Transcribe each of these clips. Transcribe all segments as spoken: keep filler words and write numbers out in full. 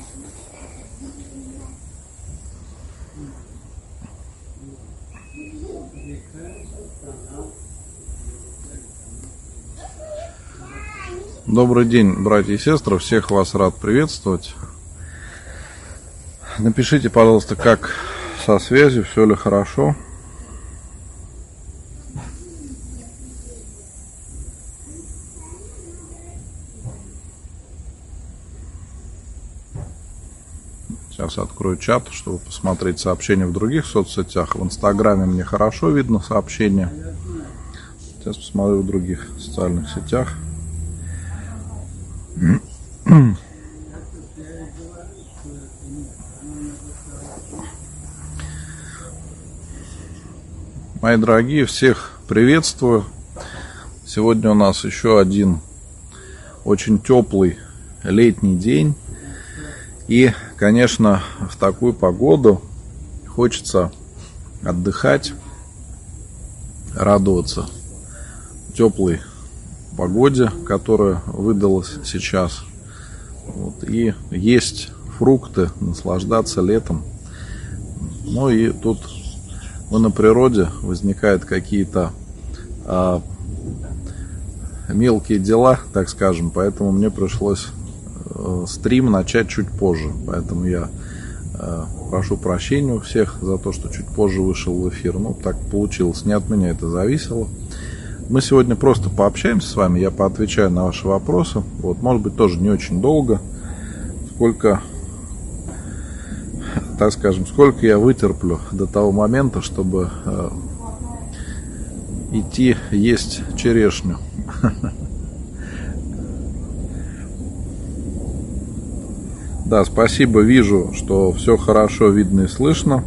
Добрый день, братья и сестры, всех вас рад приветствовать. Напишите, пожалуйста, как со связью, все ли хорошо. Сейчас открою чат, чтобы посмотреть сообщения в других соцсетях. В Инстаграме мне хорошо видно сообщения. Сейчас посмотрю в других социальных сетях. Мои дорогие, всех приветствую. Сегодня у нас еще один очень теплый летний день. И, конечно, в такую погоду хочется отдыхать, радоваться теплой погоде, которая выдалась сейчас. Вот, и есть фрукты, наслаждаться летом. Ну и тут мы на природе, возникают какие-то а, мелкие дела, так скажем, поэтому мне пришлось а, стрим начать чуть позже. Поэтому я а, прошу прощения у всех за то, что чуть позже вышел в эфир. Ну, так получилось, не от меня это зависело. Мы сегодня просто пообщаемся с вами, я поотвечаю на ваши вопросы. Вот, может быть, тоже не очень долго, сколько, так скажем, сколько я вытерплю до того момента, чтобы э, идти есть черешню. Да, спасибо, вижу, что все хорошо видно и слышно.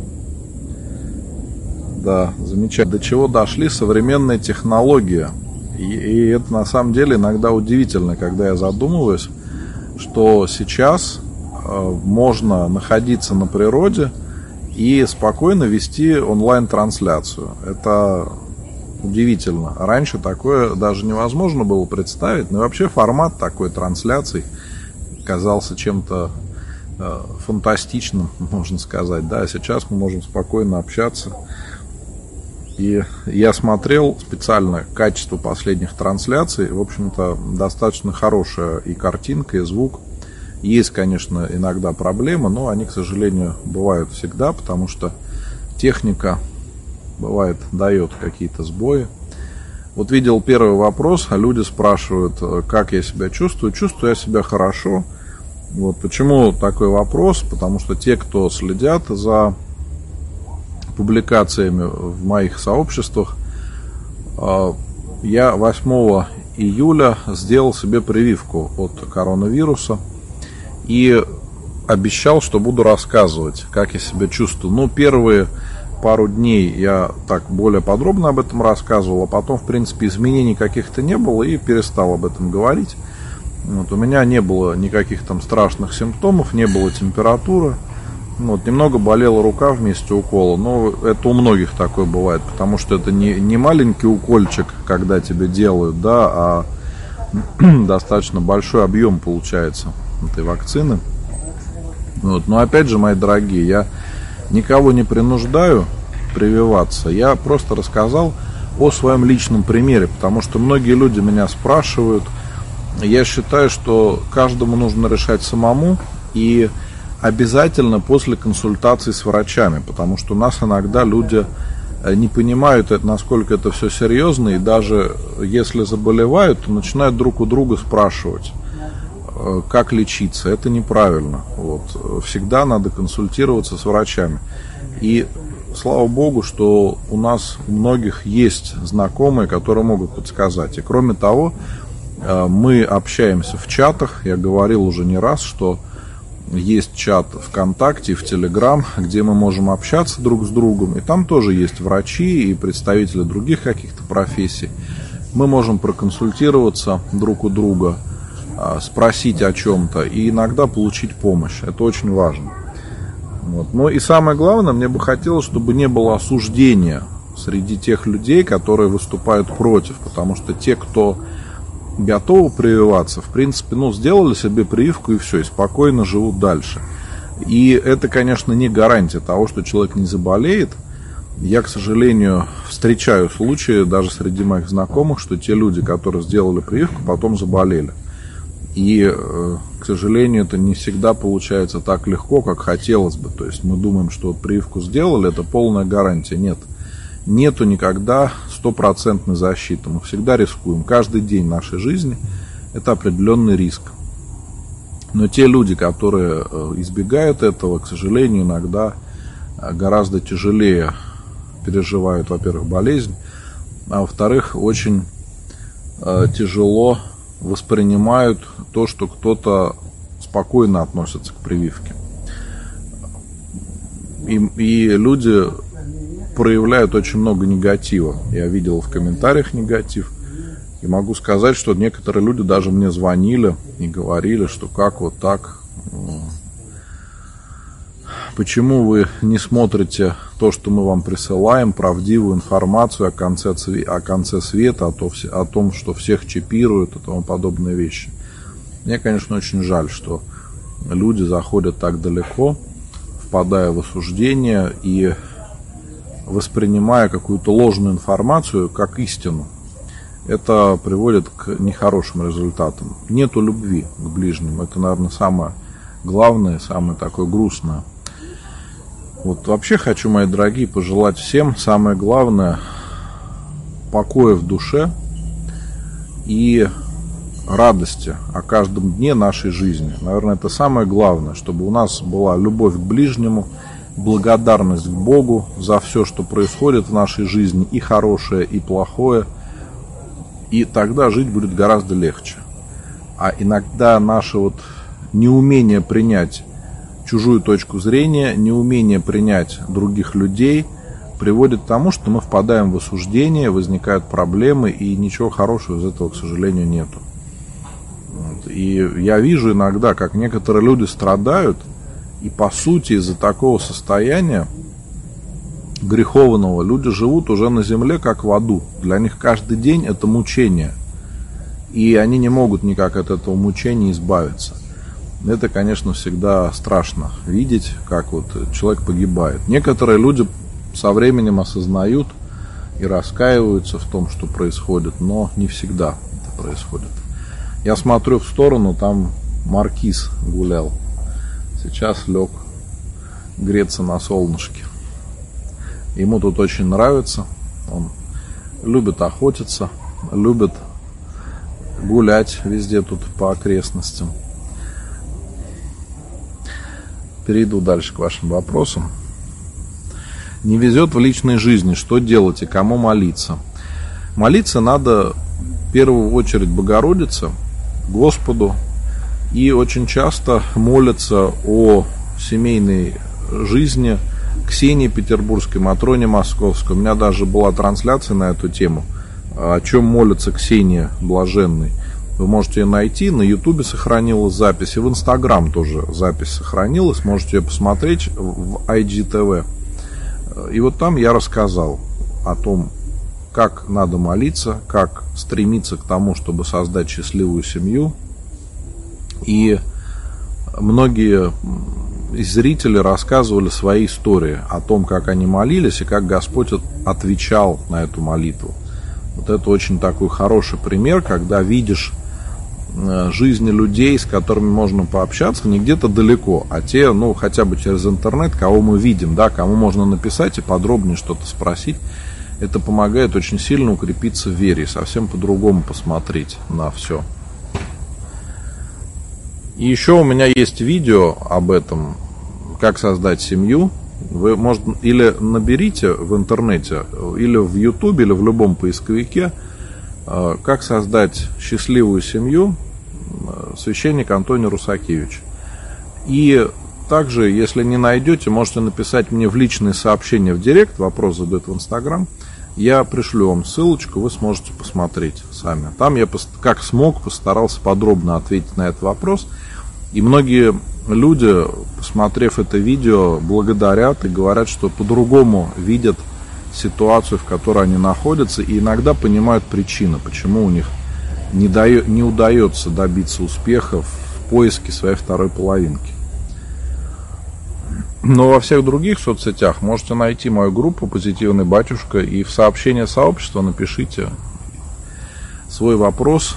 Да, замечательно. До чего дошли современные технологии. И, и это на самом деле иногда удивительно, когда я задумываюсь, что сейчас э, можно находиться на природе и спокойно вести онлайн-трансляцию. Это удивительно. Раньше такое даже невозможно было представить. Но вообще формат такой трансляции казался чем-то э, фантастичным, можно сказать. Да, сейчас мы можем спокойно общаться. И я смотрел специально качество последних трансляций. В общем-то, достаточно хорошая и картинка, и звук. Есть, конечно, иногда проблемы, но они, к сожалению, бывают всегда, потому что техника, бывает, дает какие-то сбои. Вот видел первый вопрос, а люди спрашивают, как я себя чувствую. Чувствую я себя хорошо. Вот почему такой вопрос? Потому что те, кто следят за публикациями в моих сообществах, я восьмого июля сделал себе прививку от коронавируса и обещал, что буду рассказывать, как я себя чувствую. Ну, первые пару дней я так более подробно об этом рассказывал, а потом, в принципе, изменений каких-то не было и перестал об этом говорить. Вот, у меня не было никаких там страшных симптомов, не было температуры. Вот, немного болела рука в месте укола, но это у многих такое бывает, потому что это не, не маленький укольчик, когда тебе делают, да, а достаточно большой объем получается этой вакцины. Вот, но опять же, мои дорогие, я никого не принуждаю прививаться, я просто рассказал о своем личном примере, потому что многие люди меня спрашивают. Я считаю, что каждому нужно решать самому и обязательно после консультации с врачами, потому что у нас иногда люди не понимают, насколько это все серьезно, и даже если заболевают, то начинают друг у друга спрашивать, как лечиться. Это неправильно. Вот. Всегда надо консультироваться с врачами. И слава богу, что у нас у многих есть знакомые, которые могут подсказать. И кроме того, мы общаемся в чатах. Я говорил уже не раз, что есть чат ВКонтакте, в Телеграм, где мы можем общаться друг с другом. И там тоже есть врачи и представители других каких-то профессий. Мы можем проконсультироваться друг у друга, спросить о чем-то и иногда получить помощь. Это очень важно. Вот. Но и самое главное, мне бы хотелось, чтобы не было осуждения среди тех людей, которые выступают против. Потому что те, кто готовы прививаться, в принципе, ну, сделали себе прививку и все, и спокойно живут дальше. И это, конечно, не гарантия того, что человек не заболеет. Я, к сожалению, встречаю случаи даже среди моих знакомых, что те люди, которые сделали прививку, потом заболели. И, к сожалению, это не всегда получается так легко, как хотелось бы. То есть мы думаем, что вот прививку сделали, это полная гарантия. Нет. Нету никогда стопроцентной защиты. Мы всегда рискуем. Каждый день нашей жизни это определенный риск. Но те люди, которые избегают этого, к сожалению, иногда гораздо тяжелее переживают, во-первых, болезнь, а во-вторых, очень тяжело воспринимают то, что кто-то спокойно относится к прививке. И, и люди проявляют очень много негатива. Я видел в комментариях негатив. И могу сказать, что некоторые люди даже мне звонили и говорили, что как вот так, почему вы не смотрите то, что мы вам присылаем, правдивую информацию о конце, о конце света, о, то, о том, что всех чипируют и тому подобные вещи. Мне, конечно, очень жаль, что люди заходят так далеко, впадая в осуждение и воспринимая какую-то ложную информацию как истину. Это приводит к нехорошим результатам. Нету любви к ближним. Это, наверное, самое главное, самое такое грустное. Вот вообще хочу, мои дорогие, пожелать всем самое главное покоя в душе и радости о каждом дне нашей жизни. Наверное, это самое главное, чтобы у нас была любовь к ближнему, благодарность к Богу за все, что происходит в нашей жизни, и хорошее, и плохое. И тогда жить будет гораздо легче. А иногда наше вот неумение принять чужую точку зрения, неумение принять других людей приводит к тому, что мы впадаем в осуждение, возникают проблемы, и ничего хорошего из этого, к сожалению, нету. Вот. И я вижу иногда, как некоторые люди страдают, и по сути из-за такого состояния греховного люди живут уже на земле, как в аду. Для них каждый день это мучение. И они не могут никак от этого мучения избавиться. Это, конечно, всегда страшно видеть, как вот человек погибает. Некоторые люди со временем осознают и раскаиваются в том, что происходит, но не всегда это происходит. Я смотрю в сторону, там маркиз гулял. Сейчас лег греться на солнышке. Ему тут очень нравится. Он любит охотиться, любит гулять везде тут по окрестностям. Перейду дальше к вашим вопросам. Не везет в личной жизни. Что делать и кому молиться? Молиться надо в первую очередь Богородице, Господу. И очень часто молятся о семейной жизни Ксении Петербургской, Матроне Московской. У меня даже была трансляция на эту тему, о чем молится Ксения Блаженной. Вы можете ее найти, на Ютубе сохранилась запись, и в Инстаграм тоже запись сохранилась, можете ее посмотреть в ай джи ти ви. И вот там я рассказал о том, как надо молиться, как стремиться к тому, чтобы создать счастливую семью. И многие из зрителей рассказывали свои истории о том, как они молились и как Господь отвечал на эту молитву. Вот это очень такой хороший пример, когда видишь жизни людей, с которыми можно пообщаться, не где-то далеко, а те, ну, хотя бы через интернет, кого мы видим, да, кому можно написать и подробнее что-то спросить. Это помогает очень сильно укрепиться в вере, совсем по-другому посмотреть на все. И еще у меня есть видео об этом, как создать семью. Вы, может, или наберите в интернете, или в Ютубе, или в любом поисковике, как создать счастливую семью, священник Антоний Русакевич. И также, если не найдете, можете написать мне в личные сообщения в директ, вопрос задают в Инстаграм. Я пришлю вам ссылочку, вы сможете посмотреть сами. Там я, как смог, постарался подробно ответить на этот вопрос. И многие люди, посмотрев это видео, благодарят и говорят, что по-другому видят ситуацию, в которой они находятся, и иногда понимают причины, почему у них не, дает, не удается добиться успеха в поиске своей второй половинки. Но во всех других соцсетях можете найти мою группу «Позитивный батюшка», и в сообщение сообщества напишите свой вопрос.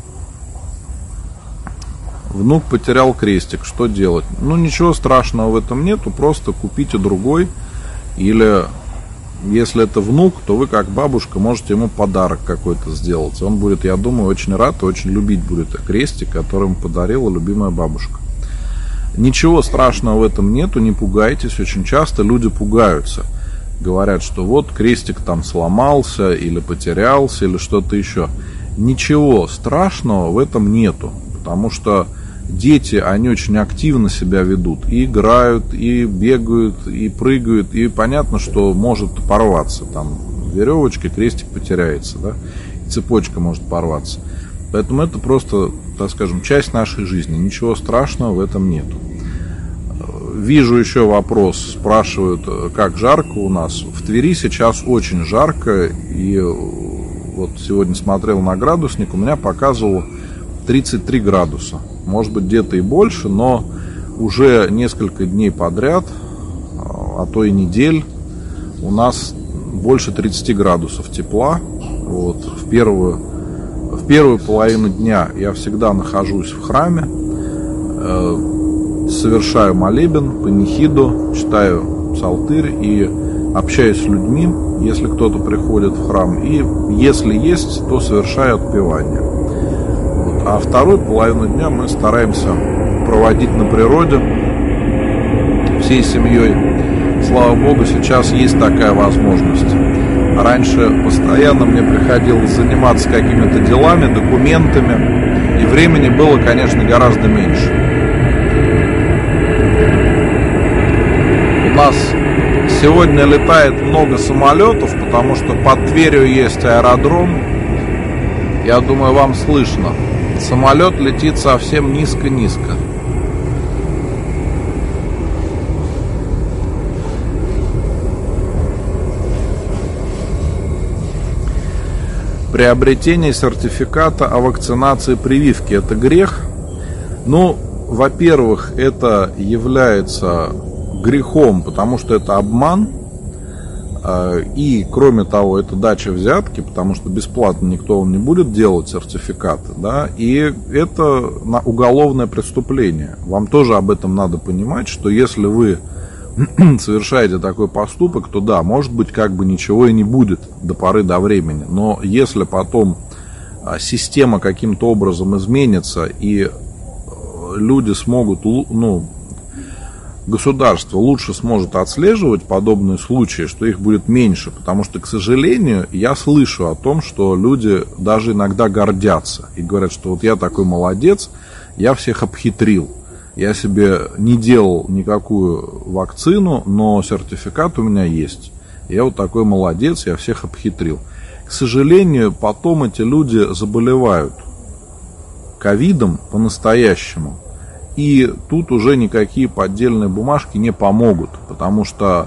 Внук потерял крестик, что делать? Ну, ничего страшного в этом нету, просто купите другой. Или, если это внук, то вы, как бабушка, можете ему подарок какой-то сделать. Он будет, я думаю, очень рад и очень любить будет крестик, который ему подарила любимая бабушка. Ничего страшного в этом нету, не пугайтесь. Очень часто люди пугаются. Говорят, что вот крестик там сломался, или потерялся, или что-то еще. Ничего страшного в этом нету, потому что дети, они очень активно себя ведут, и играют, и бегают, и прыгают, и понятно, что может порваться, там веревочка, крестик потеряется, да, и цепочка может порваться. Поэтому это просто, так скажем, часть нашей жизни, ничего страшного в этом нету. Вижу еще вопрос, спрашивают, как жарко у нас. В Твери сейчас очень жарко, и вот сегодня смотрел на градусник, у меня показывало тридцать три градуса. Может быть, где-то и больше, но уже несколько дней подряд, а то и недель, у нас больше тридцати градусов тепла. Вот. В, первую, в первую половину дня я всегда нахожусь в храме, э, совершаю молебен, панихиду, читаю псалтырь и общаюсь с людьми, если кто-то приходит в храм. И если есть, то совершаю отпевание. А вторую половину дня мы стараемся проводить на природе всей семьей. Слава Богу, сейчас есть такая возможность. Раньше постоянно мне приходилось заниматься какими-то делами, документами, и времени было, конечно, гораздо меньше. У нас сегодня летает много самолетов, потому что под Тверью есть аэродром. Я думаю, вам слышно. Самолет летит совсем низко-низко. Приобретение сертификата о вакцинации прививки – это грех? Ну, во-первых, это является грехом, потому что это обман. И, кроме того, это дача взятки, потому что бесплатно никто вам не будет делать сертификаты, да, и это уголовное преступление. Вам тоже об этом надо понимать, что если вы совершаете такой поступок, то да, может быть, как бы ничего и не будет до поры до времени, но если потом система каким-то образом изменится и люди смогут, ну, государство лучше сможет отслеживать подобные случаи, что их будет меньше, потому что, к сожалению, я слышу о том, что люди даже иногда гордятся и говорят, что вот я такой молодец, я всех обхитрил, я себе не делал никакую вакцину, но сертификат у меня есть, я вот такой молодец, я всех обхитрил. К сожалению, потом эти люди заболевают ковидом по-настоящему. И тут уже никакие поддельные бумажки не помогут, потому что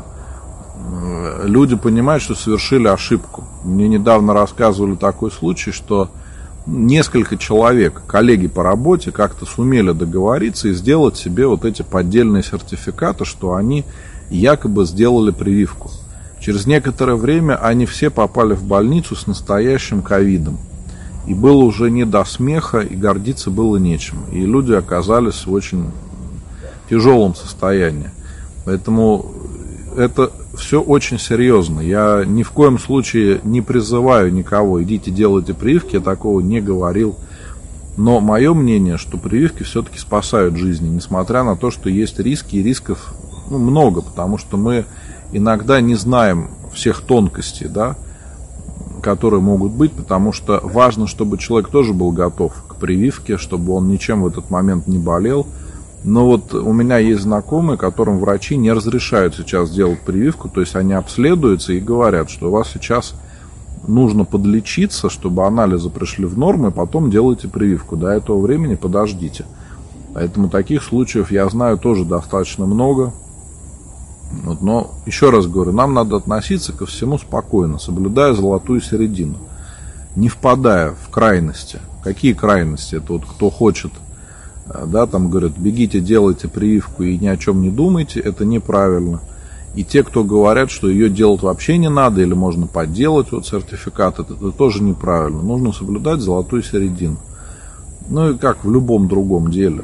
люди понимают, что совершили ошибку. Мне недавно рассказывали такой случай, что несколько человек, коллеги по работе, как-то сумели договориться и сделать себе вот эти поддельные сертификаты, что они якобы сделали прививку. Через некоторое время они все попали в больницу с настоящим ковидом. И было уже не до смеха, и гордиться было нечем. И люди оказались в очень тяжелом состоянии. Поэтому это все очень серьезно. Я ни в коем случае не призываю никого, идите делайте прививки, я такого не говорил. Но мое мнение, что прививки все-таки спасают жизни, несмотря на то, что есть риски, и рисков ну, много, потому что мы иногда не знаем всех тонкостей, да, которые могут быть, потому что важно, чтобы человек тоже был готов к прививке, чтобы он ничем в этот момент не болел. Но вот у меня есть знакомые, которым врачи не разрешают сейчас делать прививку, то есть они обследуются и говорят, что у вас сейчас нужно подлечиться, чтобы анализы пришли в норму, и потом делайте прививку. До этого времени подождите. Поэтому таких случаев я знаю тоже достаточно много. Вот, но еще раз говорю, нам надо относиться ко всему спокойно, соблюдая золотую середину, не впадая в крайности. Какие крайности? Это вот кто хочет да, там говорят, бегите, делайте прививку и ни о чем не думайте, это неправильно. И те, кто говорят, что ее делать вообще не надо, или можно подделать вот сертификат, это, это тоже неправильно. Нужно соблюдать золотую середину. Ну и как в любом другом деле.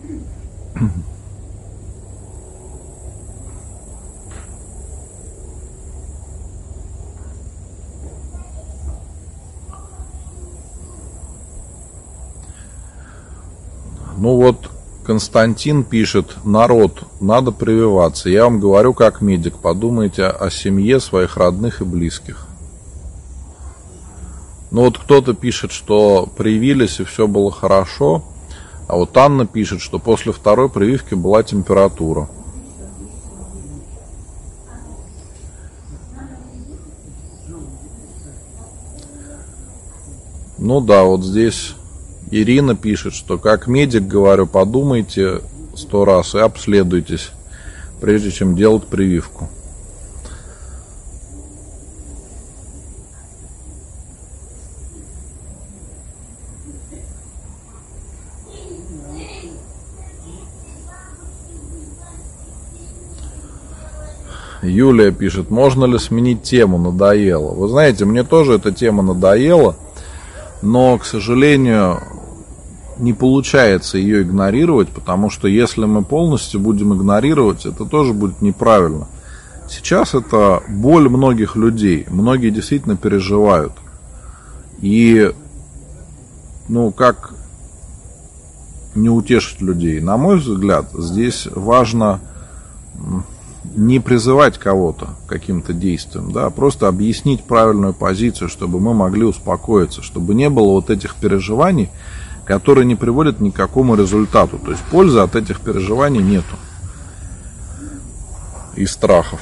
Ну вот Константин пишет: народ, надо прививаться. Я вам говорю как медик, подумайте о семье своих родных и близких. Ну вот кто-то пишет, что привились и все было хорошо, а вот Анна пишет, что после второй прививки была температура. Ну да, вот здесь Ирина пишет, что как медик говорю, подумайте сто раз и обследуйтесь, прежде чем делать прививку. Юлия пишет: можно ли сменить тему, надоело. Вы знаете, мне тоже эта тема надоела, но, к сожалению, не получается ее игнорировать, потому что если мы полностью будем игнорировать, это тоже будет неправильно. Сейчас это боль многих людей, многие действительно переживают. И, ну, как не утешить людей? На мой взгляд, здесь важно не призывать кого-то к каким-то действиям, да, а просто объяснить правильную позицию, чтобы мы могли успокоиться, чтобы не было вот этих переживаний, которые не приводят ни к какому результату. То есть пользы от этих переживаний нету. И страхов.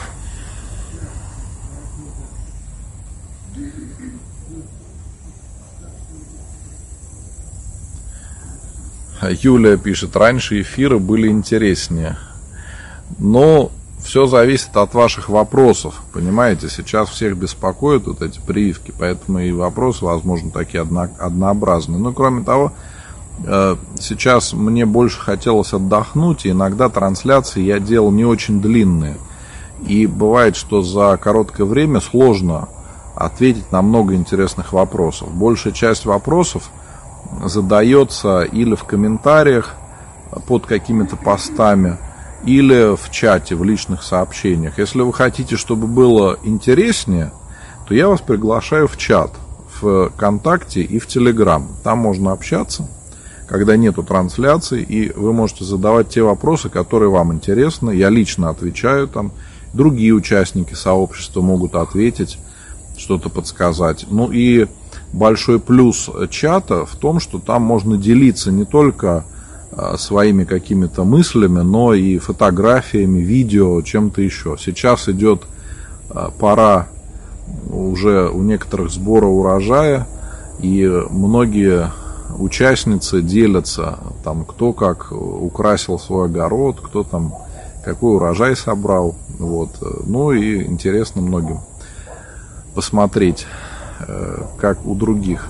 Юлия пишет: раньше эфиры были интереснее. Но все зависит от ваших вопросов. Понимаете, сейчас всех беспокоят вот эти прививки, поэтому и вопросы, возможно, такие одно, однообразные. Но, кроме того, сейчас мне больше хотелось отдохнуть, и иногда трансляции я делал не очень длинные. И бывает, что за короткое время сложно ответить на много интересных вопросов. Большая часть вопросов задается или в комментариях под какими-то постами, или в чате, в личных сообщениях. Если вы хотите, чтобы было интереснее, то я вас приглашаю в чат, в ВКонтакте и в Телеграм. Там можно общаться, когда нету трансляции, и вы можете задавать те вопросы, которые вам интересны. Я лично отвечаю там, другие участники сообщества могут ответить, что-то подсказать. Ну и большой плюс чата в том, что там можно делиться не только своими какими-то мыслями, но и фотографиями, видео, чем-то еще. Сейчас идет пора уже у некоторых сбора урожая, и многие участницы делятся, там, кто как украсил свой огород, кто там какой урожай собрал. Вот. Ну и интересно многим посмотреть, как у других.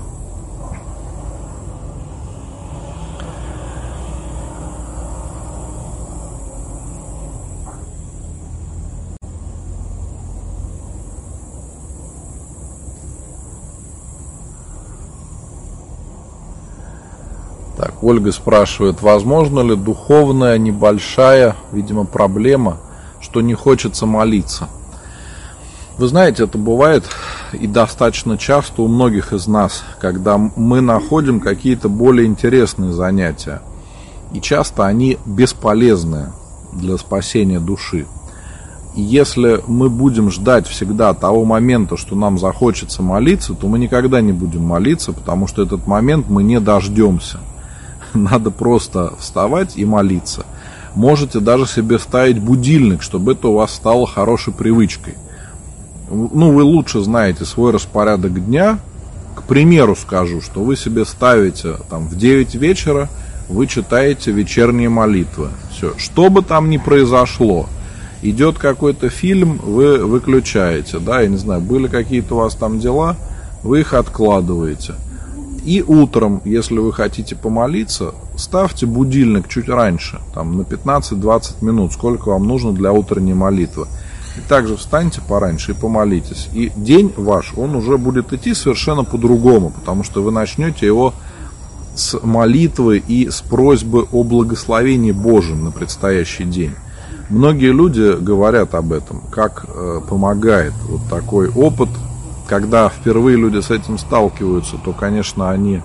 Так, Ольга спрашивает: возможно ли духовная небольшая, видимо, проблема, что не хочется молиться? Вы знаете, это бывает и достаточно часто у многих из нас, когда мы находим какие-то более интересные занятия. И часто они бесполезны для спасения души. И если мы будем ждать всегда того момента, что нам захочется молиться, то мы никогда не будем молиться, потому что этот момент мы не дождемся. Надо просто вставать и молиться. Можете даже себе ставить будильник, чтобы это у вас стало хорошей привычкой. Ну, вы лучше знаете свой распорядок дня. К примеру скажу, что вы себе ставите там, в девять вечера, вы читаете вечерние молитвы. Все. Что бы там ни произошло, идет какой-то фильм, вы выключаете. Да, я не знаю, были какие-то у вас там дела, вы их откладываете. И утром, если вы хотите помолиться, ставьте будильник чуть раньше, там, на пятнадцать-двадцать минут, сколько вам нужно для утренней молитвы. И также встаньте пораньше и помолитесь. И день ваш, он уже будет идти совершенно по-другому, потому что вы начнете его с молитвы и с просьбы о благословении Божьем на предстоящий день. Многие люди говорят об этом, как э, помогает вот такой опыт. Когда впервые люди с этим сталкиваются, то, конечно, они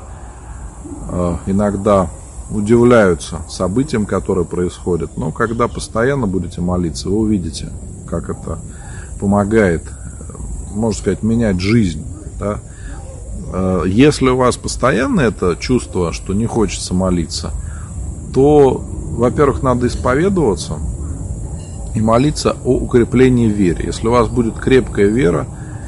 э, иногда удивляются событиям, которые происходят. Но когда постоянно будете молиться, вы увидите, как это помогает, можно сказать, менять жизнь. Да? Э, если у вас постоянно это чувство, что не хочется молиться, то, во-первых, надо исповедоваться и молиться о укреплении в вере. Если у вас будет крепкая вера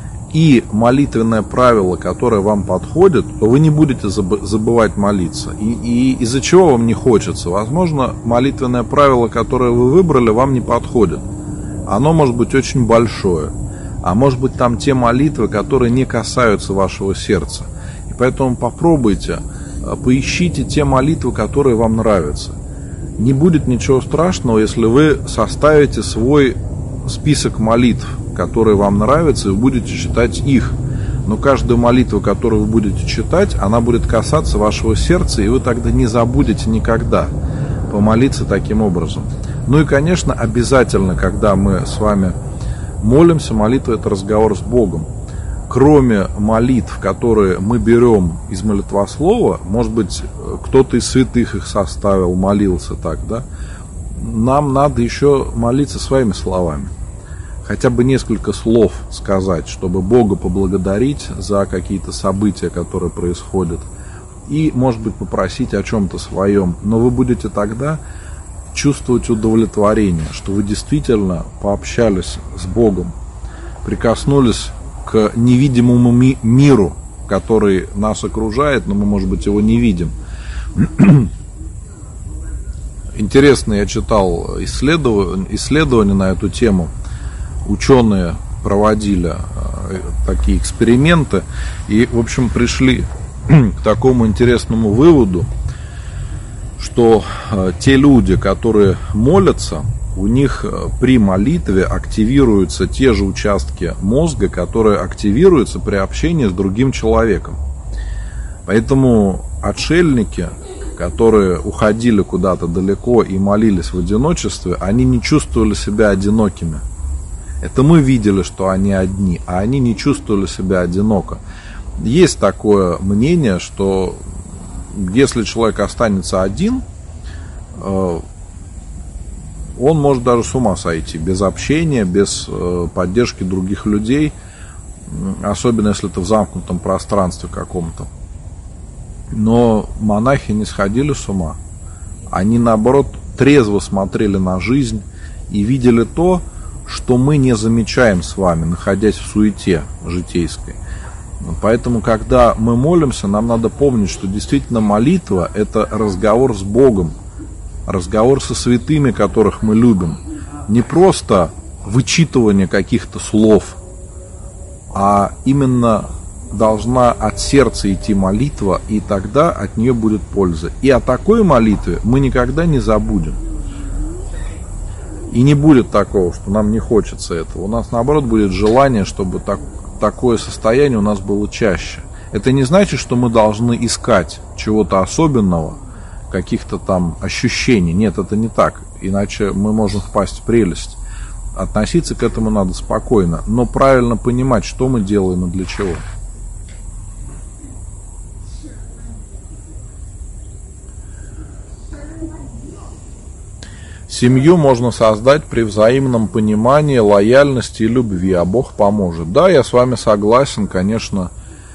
и молитвенное правило, которое вам подходит, то вы не будете забывать молиться. И, и из-за чего вам не хочется? Возможно, молитвенное правило, которое вы выбрали, вам не подходит. Оно может быть очень большое. А может быть, там те молитвы, которые не касаются вашего сердца. И поэтому попробуйте, поищите те молитвы, которые вам нравятся. Не будет ничего страшного, если вы составите свой список молитв, которые вам нравятся, и вы будете читать их. Но каждая молитва, которую вы будете читать, она будет касаться вашего сердца, и вы тогда не забудете никогда помолиться таким образом. Ну и, конечно, обязательно, когда мы с вами молимся, молитва – это разговор с Богом. Кроме молитв, которые мы берем из молитвослова, может быть, кто-то из святых их составил, молился так, да, нам надо еще молиться своими словами. Хотя бы несколько слов сказать, чтобы Бога поблагодарить за какие-то события, которые происходят. И, может быть, попросить о чем-то своем. Но вы будете тогда чувствовать удовлетворение, что вы действительно пообщались с Богом, прикоснулись к невидимому ми- миру, который нас окружает, но мы, может быть, его не видим. Интересно, я читал исследования, исследования на эту тему. Ученые проводили такие эксперименты и, в общем, пришли к такому интересному выводу, что те люди, которые молятся, у них при молитве активируются те же участки мозга, которые активируются при общении с другим человеком. Поэтому отшельники, которые уходили куда-то далеко и молились в одиночестве, они не чувствовали себя одинокими. Это мы видели, что они одни, а они не чувствовали себя одиноко. Есть такое мнение, что если человек останется один, он может даже с ума сойти, без общения, без поддержки других людей, особенно если это в замкнутом пространстве каком-то. Но монахи не сходили с ума. Они, наоборот, трезво смотрели на жизнь и видели то, что мы не замечаем с вами, находясь в суете житейской. Поэтому, когда мы молимся, нам надо помнить, что действительно молитва – это разговор с Богом, разговор со святыми, которых мы любим. Не просто вычитывание каких-то слов, а именно должна от сердца идти молитва, и тогда от нее будет польза. И о такой молитве мы никогда не забудем. И не будет такого, что нам не хочется этого. У нас, наоборот, будет желание, чтобы так, такое состояние у нас было чаще. Это не значит, что мы должны искать чего-то особенного, каких-то там ощущений. Нет, это не так. Иначе мы можем впасть в прелесть. Относиться к этому надо спокойно, но правильно понимать, что мы делаем и для чего. Семью можно создать при взаимном понимании, лояльности и любви, а Бог поможет. Да, я с вами согласен, конечно.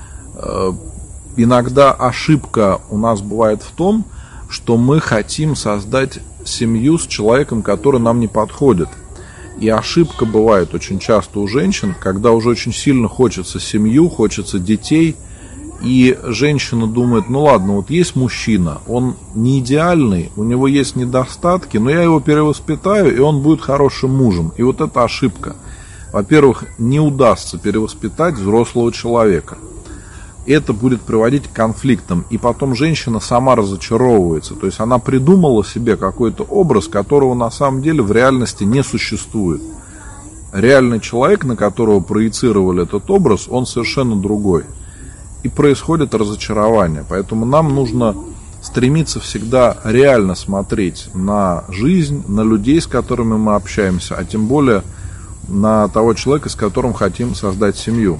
Иногда ошибка у нас бывает в том, что мы хотим создать семью с человеком, который нам не подходит. И ошибка бывает очень часто у женщин, когда уже очень сильно хочется семью, хочется детей, и женщина думает, ну ладно, вот есть мужчина, он не идеальный, у него есть недостатки, но я его перевоспитаю, и он будет хорошим мужем. И вот это ошибка. Во-первых, не удастся перевоспитать взрослого человека. это будет приводить к конфликтам. И потом женщина сама разочаровывается. То есть она придумала себе какой-то образ, которого на самом деле в реальности не существует. Реальный человек, на которого проецировали этот образ, он совершенно другой. И происходит разочарование. Поэтому нам нужно стремиться всегда реально смотреть на жизнь, на людей, с которыми мы общаемся, а тем более на того человека, с которым хотим создать семью.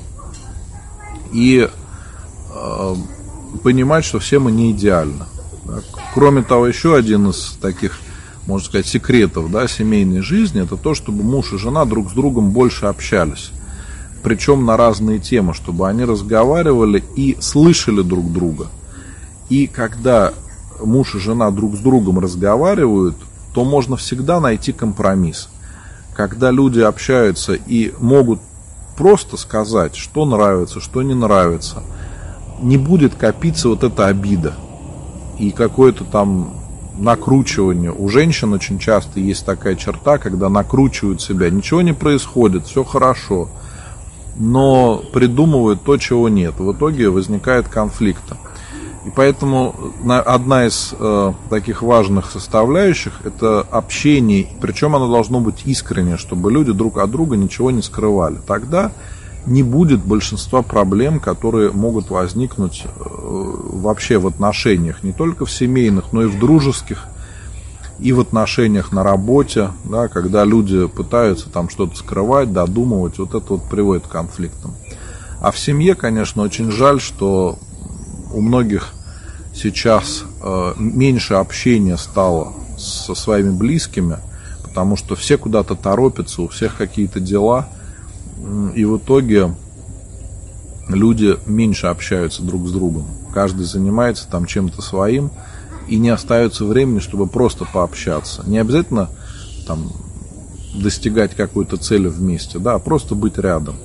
И э, понимать, что все мы не идеальны. Кроме того, еще один из таких, можно сказать, секретов, да, семейной жизни, это то, чтобы муж и жена друг с другом больше общались. Причем на разные темы, чтобы они разговаривали и слышали друг друга. И когда муж и жена друг с другом разговаривают, то можно всегда найти компромисс. Когда люди общаются и могут просто сказать, что нравится, что не нравится, не будет копиться вот эта обида и какое-то там накручивание. У женщин очень часто есть такая черта, когда накручивают себя. Ничего не происходит, все хорошо, но придумывают то, чего нет. В итоге возникает конфликт. И поэтому одна из э, таких важных составляющих – это общение, причем оно должно быть искреннее, чтобы люди друг от друга ничего не скрывали. Тогда не будет большинства проблем, которые могут возникнуть э, вообще в отношениях, не только в семейных, но и в дружеских, и в отношениях на работе, да, когда люди пытаются там что-то скрывать, додумывать, вот это вот приводит к конфликтам. А в семье, конечно, очень жаль, что у многих сейчас э, меньше общения стало со своими близкими, потому что все куда-то торопятся, у всех какие-то дела, и в итоге люди меньше общаются друг с другом. Каждый занимается там чем-то своим, и не остается времени, чтобы просто пообщаться. Не обязательно там достигать какой-то цели вместе, да, а просто быть рядом.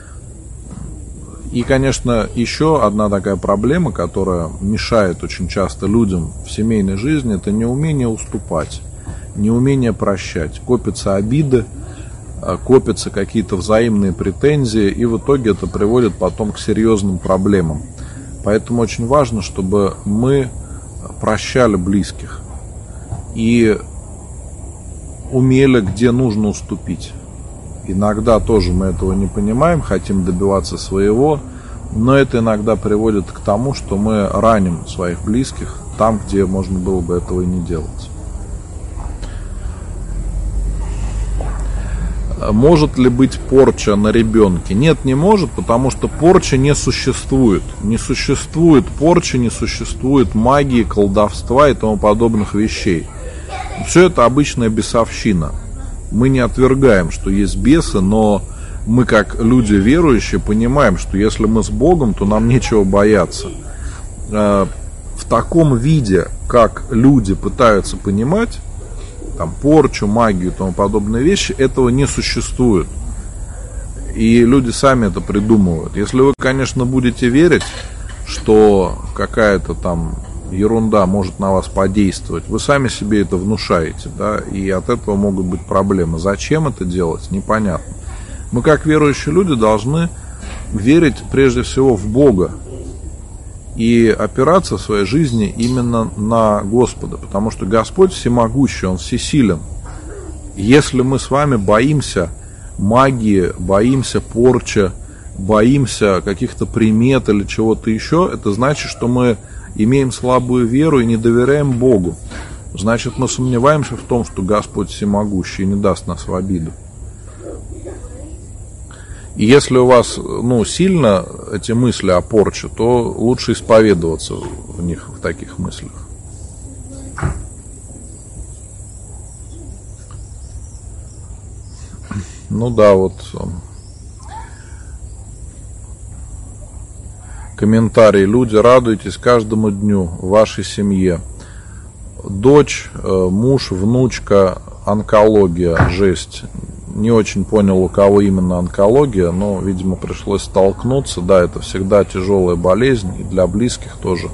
И, конечно, еще одна такая проблема, которая мешает очень часто людям в семейной жизни, это неумение уступать, неумение прощать. Копятся обиды, копятся какие-то взаимные претензии, и в итоге это приводит потом к серьезным проблемам. Поэтому очень важно, чтобы мы прощали близких и умели, где нужно уступить. Иногда тоже мы этого не понимаем, хотим добиваться своего, но это иногда приводит к тому, что мы раним своих близких там, где можно было бы этого и не делать. Может ли быть порча на ребенке? Нет, не может, потому что порча не существует. Не существует порчи, не существует магии, колдовства и тому подобных вещей. Все это обычная бесовщина. Мы не отвергаем, что есть бесы, но мы, как люди верующие, понимаем, что если мы с Богом, то нам нечего бояться. В таком виде, как люди пытаются понимать, там, порчу, магию и тому подобные вещи, этого не существует. И люди сами это придумывают. Если вы, конечно, будете верить, что какая-то там ерунда может на вас подействовать, вы сами себе это внушаете, да, и от этого могут быть проблемы. Зачем это делать, непонятно. Мы, как верующие люди, должны верить прежде всего в Бога и опираться в своей жизни именно на Господа, потому что Господь всемогущий, Он всесилен. Если мы с вами боимся магии, боимся порчи, боимся каких-то примет или чего-то еще, это значит, что мы имеем слабую веру и не доверяем Богу. Значит, мы сомневаемся в том, что Господь всемогущий и не даст нас в обиду. И если у вас, ну, сильно эти мысли о порче, то лучше исповедоваться в них, в таких мыслях. Ну да, вот комментарий. Люди, радуйтесь каждому дню в вашей семье. Дочь, муж, внучка, онкология, жесть. Не очень понял, у кого именно онкология, но, видимо, пришлось столкнуться. Да, это всегда тяжелая болезнь, и для близких тоже.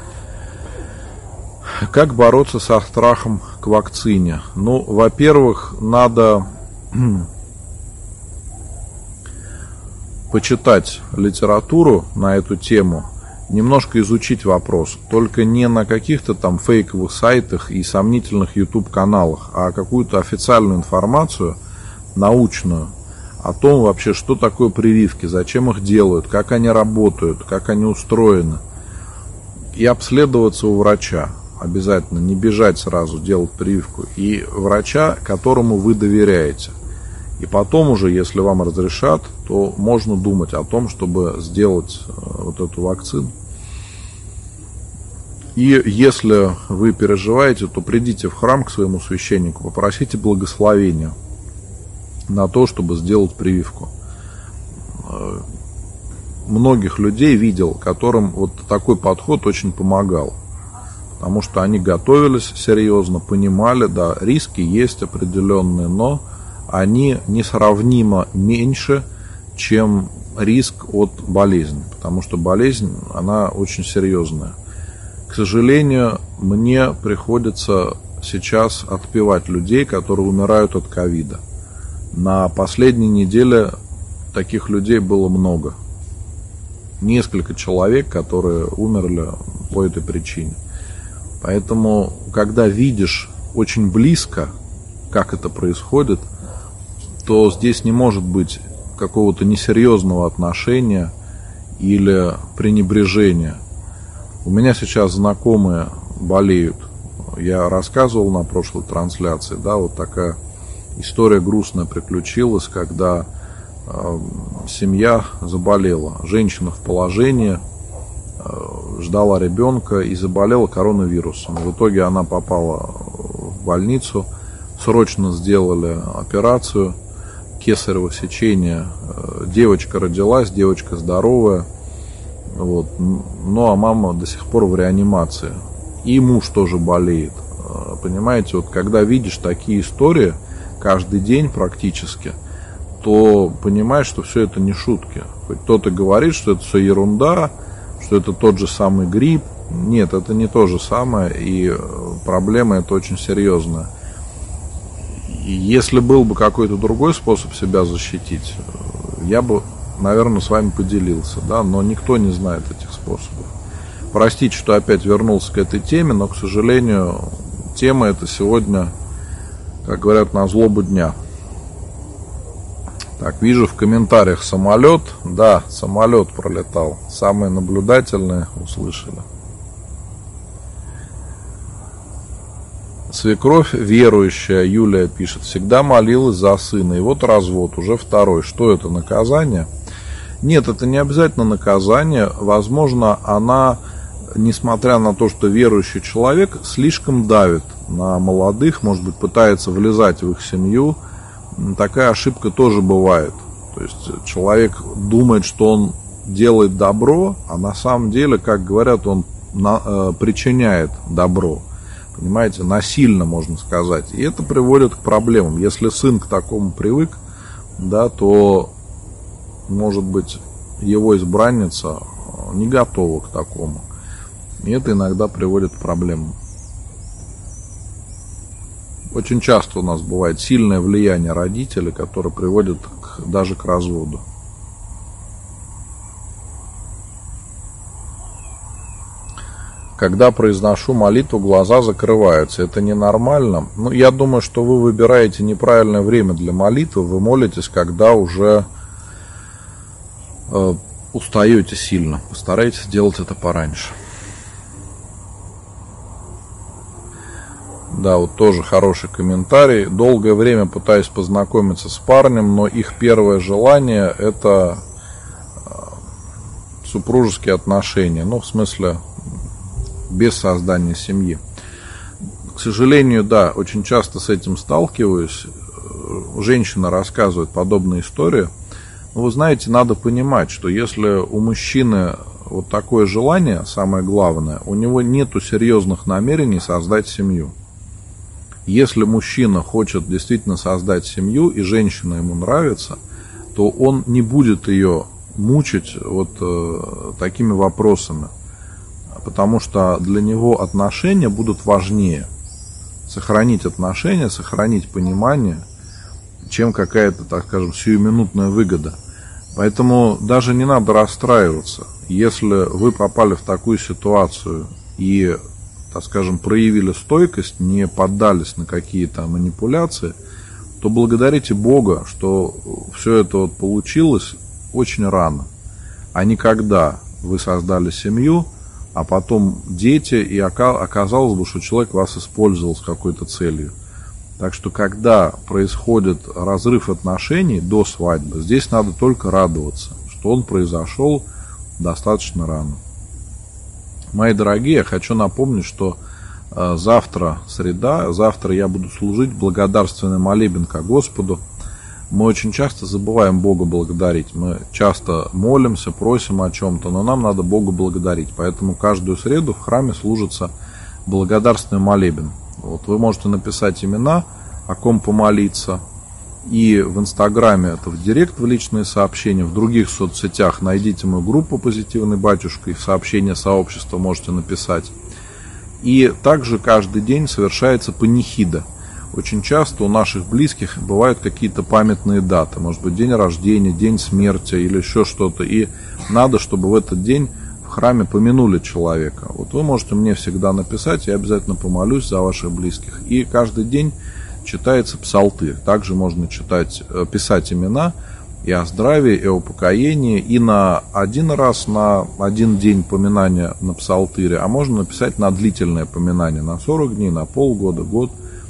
Как бороться со страхом к вакцине? Ну, во-первых, надо почитать литературу на эту тему немножко изучить вопрос. Только не на каких-то там фейковых сайтах и сомнительных YouTube-каналах, а какую-то официальную информацию, научную, о том вообще, что такое прививки, зачем их делают, как они работают, как они устроены. И обследоваться у врача. Обязательно не бежать сразу делать прививку. И врача, которому вы доверяете. И потом уже, если вам разрешат, то можно думать о том, чтобы сделать вот эту вакцину. И если вы переживаете, то придите в храм к своему священнику, попросите благословения на то, чтобы сделать прививку. Многих людей видел, которым вот такой подход очень помогал. Потому что они готовились серьезно, понимали, да, риски есть определенные, но они несравнимо меньше, чем риск от болезни. Потому что болезнь, она очень серьезная. К сожалению, мне приходится сейчас отпевать людей, которые умирают от ковида. На последней неделе таких людей было много. Несколько человек, которые умерли по этой причине. Поэтому, когда видишь очень близко, как это происходит, то здесь не может быть какого-то несерьезного отношения или пренебрежения. У меня сейчас знакомые болеют. Я рассказывал на прошлой трансляции, да, вот такая история грустная приключилась, когда э, семья заболела. Женщина в положении, э, ждала ребенка и заболела коронавирусом. В итоге она попала в больницу, срочно сделали операцию, кесарево сечение. Э, девочка родилась, девочка здоровая, вот. Ну а мама до сих пор в реанимации. И муж тоже болеет. Э, понимаете, вот когда видишь такие истории каждый день практически, то понимаешь, что все это не шутки. Хоть кто-то говорит, что это все ерунда, что это тот же самый грипп. Нет, это не то же самое, и проблема это очень серьезная. И если был бы какой-то другой способ себя защитить, я бы, наверное, с вами поделился, да, но никто не знает этих способов. Простите, что опять вернулся к этой теме, но, к сожалению, тема эта сегодня, как говорят, на злобу дня. Так, вижу в комментариях самолет. Да, самолет пролетал. Самые наблюдательные услышали. Свекровь верующая, Юлия пишет, всегда молилась за сына. И вот развод, уже второй. Что это, наказание? Нет, это не обязательно наказание. Возможно, она, несмотря на то, что верующий человек, слишком давит на молодых, может быть, пытается влезать в их семью. Такая ошибка тоже бывает. То есть человек думает, что он делает добро, а на самом деле, как говорят, он на, э, причиняет добро. Понимаете, насильно, можно сказать. И это приводит к проблемам. Если сын к такому привык, да, то, может быть, его избранница не готова к такому. И это иногда приводит к проблемам. Очень часто у нас бывает сильное влияние родителей, которое приводит к, даже к разводу. Когда произношу молитву, глаза закрываются. Это ненормально. Ну, я думаю, что вы выбираете неправильное время для молитвы. Вы молитесь, когда уже э, устаете сильно. Постарайтесь сделать это пораньше. Да, вот тоже хороший комментарий. Долгое время пытаюсь познакомиться с парнем, но их первое желание – это супружеские отношения. Ну, в смысле, без создания семьи. К сожалению, да, очень часто с этим сталкиваюсь. Женщина рассказывает подобные истории. Но вы знаете, надо понимать, что если у мужчины вот такое желание, самое главное, у него нету серьезных намерений создать семью. Если мужчина хочет действительно создать семью, и женщина ему нравится, то он не будет ее мучить вот э, такими вопросами. Потому что для него отношения будут важнее. Сохранить отношения, сохранить понимание, чем какая-то, так скажем, сиюминутная выгода. Поэтому даже не надо расстраиваться. если вы попали в такую ситуацию и, так скажем, проявили стойкость, не поддались на какие-то манипуляции, то благодарите Бога, что все это вот получилось очень рано, а не когда вы создали семью, а потом дети, и оказалось бы, что человек вас использовал с какой-то целью. Так что, когда происходит разрыв отношений до свадьбы, здесь надо только радоваться, что он произошел достаточно рано. Мои дорогие, я хочу напомнить, что э, завтра среда, завтра я буду служить благодарственный молебен ко Господу. Мы очень часто забываем Бога благодарить. Мы часто молимся, просим о чем-то, но нам надо Бога благодарить. Поэтому каждую среду в храме служится благодарственный молебен. Вот вы можете написать имена, о ком помолиться. И в Инстаграме это в директ, в личные сообщения. В других соцсетях найдите мою группу «Позитивный батюшка» и в сообщение сообщества можете написать. И также каждый день совершается панихида. Очень часто у наших близких бывают какие-то памятные даты. Может быть, день рождения, день смерти или еще что-то. И надо, чтобы в этот день в храме помянули человека. Вот вы можете мне всегда написать, я обязательно помолюсь за ваших близких. И каждый день читается псалтырь. Также можно читать, писать имена и о здравии, и о покоении. И на один раз, на один день поминания на псалтыре. А можно написать на длительное поминание, на сорок дней, на полгода, год.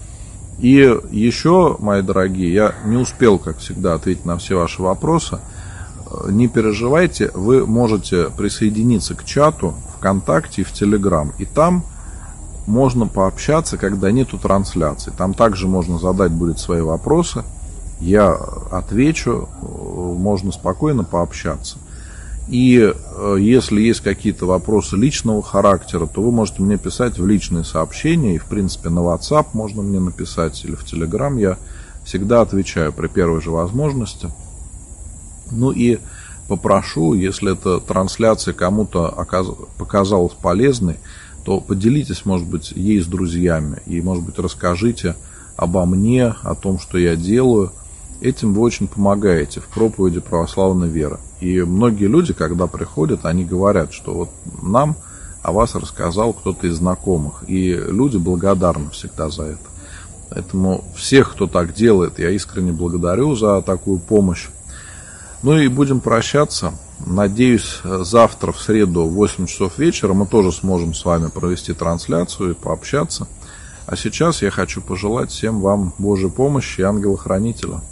И еще, мои дорогие, я не успел, как всегда, ответить на все ваши вопросы. Не переживайте, вы можете присоединиться к чату ВКонтакте и в Телеграм. И там можно пообщаться, когда нету трансляции. Там также можно задать будет свои вопросы. Я отвечу, можно спокойно пообщаться. И если есть какие-то вопросы личного характера, то вы можете мне писать в личные сообщения. И, в принципе, на WhatsApp можно мне написать или в Telegram. Я всегда отвечаю при первой же возможности. Ну и попрошу, если эта трансляция кому-то показалась полезной, то поделитесь, может быть, ей с друзьями. И, может быть, расскажите обо мне, о том, что я делаю. Этим вы очень помогаете в проповеди православной веры. И многие люди, когда приходят, они говорят, что вот нам о вас рассказал кто-то из знакомых. И люди благодарны всегда за это. Поэтому всех, кто так делает, я искренне благодарю за такую помощь. Ну и будем прощаться. Надеюсь, завтра, в среду, в восемь часов вечера мы тоже сможем с вами провести трансляцию и пообщаться. А сейчас я хочу пожелать всем вам Божьей помощи и ангела-хранителя.